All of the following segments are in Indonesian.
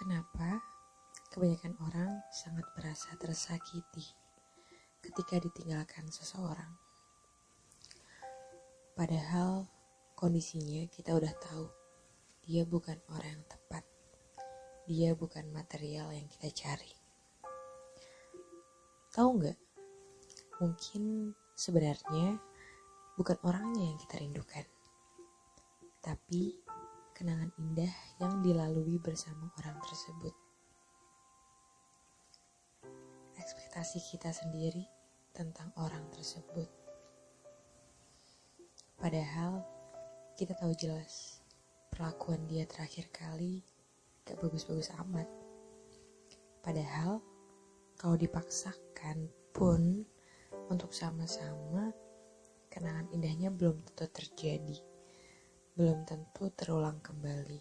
Kenapa kebanyakan orang sangat merasa tersakiti ketika ditinggalkan seseorang? Padahal kondisinya kita udah tahu, dia bukan orang yang tepat. Dia bukan material yang kita cari. Tahu nggak? Mungkin sebenarnya bukan orangnya yang kita rindukan, tapi kenangan indah yang dilalui bersama orang tersebut. Ekspektasi kita sendiri tentang orang tersebut. Padahal kita tahu jelas perlakuan dia terakhir kali gak bagus-bagus amat. Padahal kalau dipaksakan pun untuk sama-sama, kenangan indahnya belum tentu terjadi, belum tentu terulang kembali.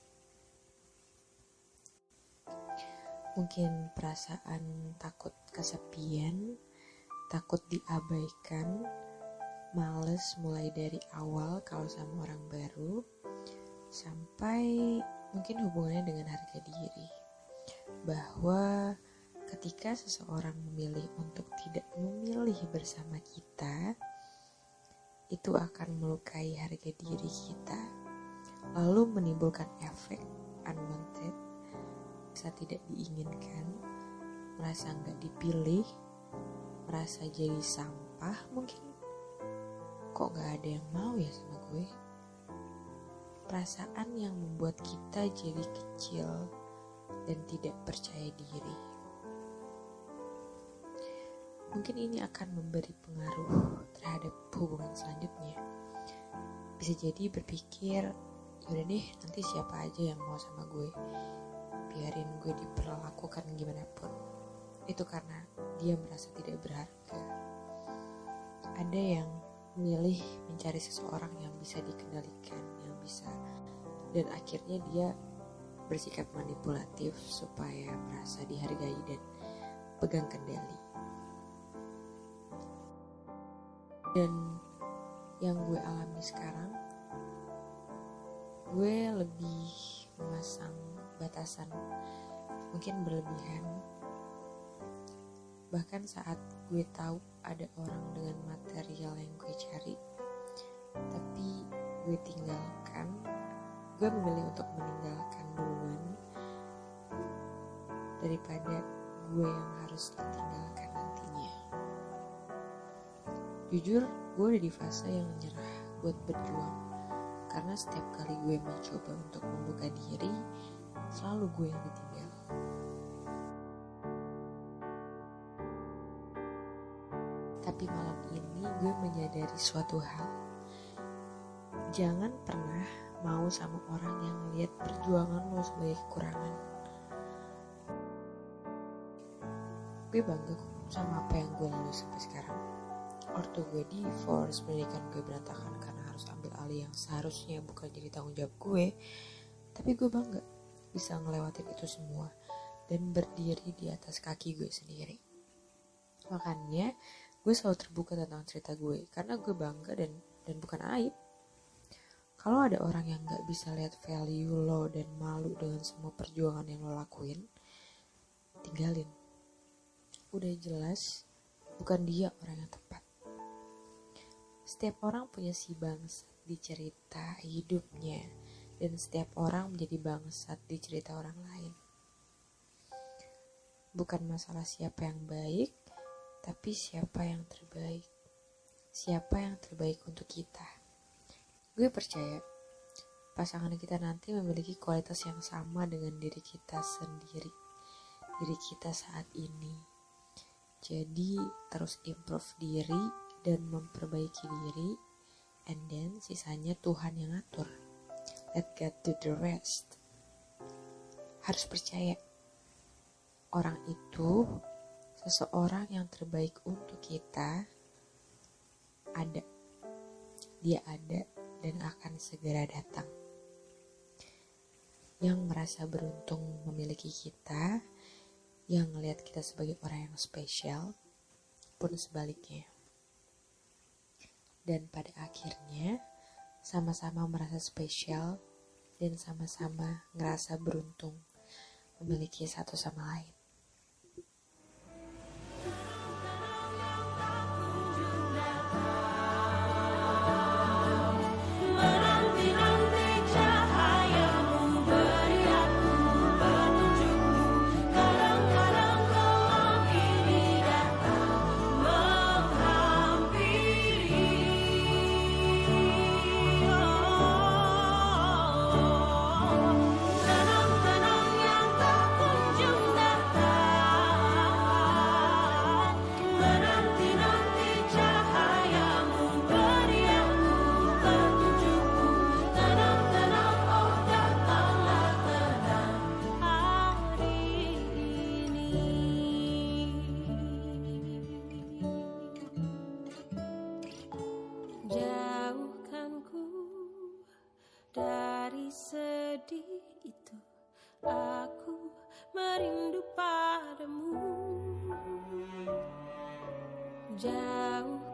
Mungkin perasaan takut kesepian, takut diabaikan, males mulai dari awal kalau sama orang baru, sampai mungkin hubungannya dengan harga diri. Bahwa ketika seseorang memilih untuk tidak memilih bersama kita, itu akan melukai harga diri kita, lalu menimbulkan efek unwanted, merasa tidak diinginkan, merasa nggak dipilih, merasa jadi sampah mungkin. Kok nggak ada yang mau ya sama gue? Perasaan yang membuat kita jadi kecil dan tidak percaya diri. Mungkin ini akan memberi pengaruh terhadap hubungan selanjutnya. Bisa jadi berpikir, yaudah deh nanti siapa aja yang mau sama gue, biarin gue diperlakukan gimana pun. Itu karena dia merasa tidak berharga. Ada yang memilih mencari seseorang yang bisa dikendalikan, yang bisa, dan akhirnya dia bersikap manipulatif supaya merasa dihargai dan pegang kendali. Dan yang gue alami sekarang, gue lebih memasang batasan, mungkin berlebihan. Bahkan saat gue tahu ada orang dengan material yang gue cari, tapi gue tinggalkan, gue memilih untuk meninggalkan duluan daripada gue yang harus ditinggalkan nantinya. Jujur, gue udah di fase yang menyerah buat berjuang, karena setiap kali gue mencoba untuk membuka diri, selalu gue yang ditinggal. Tapi malam ini gue menyadari suatu hal. Jangan pernah mau sama orang yang lihat perjuangan lo sebagai kekurangan. Gue bangga kok sama apa yang gue lalui sampai sekarang. Ortu gue divorce, pendidikan gue berantakan karena harus ambil alih yang seharusnya bukan jadi tanggung jawab gue. Tapi gue bangga bisa ngelewatin itu semua dan berdiri di atas kaki gue sendiri. Makanya gue selalu terbuka tentang cerita gue, karena gue bangga dan bukan aib. Kalau ada orang yang gak bisa lihat value lo dan malu dengan semua perjuangan yang lo lakuin, tinggalin. Udah jelas bukan dia orang yang tepat. Setiap orang punya si bangsat di cerita hidupnya, dan setiap orang menjadi bangsat di cerita orang lain. Bukan masalah siapa yang baik, tapi siapa yang terbaik. Siapa yang terbaik untuk kita. Gue percaya pasangan kita nanti memiliki kualitas yang sama dengan diri kita sendiri, diri kita saat ini. Jadi terus improve diri dan memperbaiki diri, and then sisanya Tuhan yang ngatur. Let God do the rest. Harus percaya orang itu, seseorang yang terbaik untuk kita ada. Dia ada dan akan segera datang. Yang merasa beruntung memiliki kita, yang melihat kita sebagai orang yang spesial, pun sebaliknya. Dan pada akhirnya sama-sama merasa spesial dan sama-sama ngerasa beruntung memiliki satu sama lain. Jauhkanku dari sedih itu, aku merindu padamu. Jauh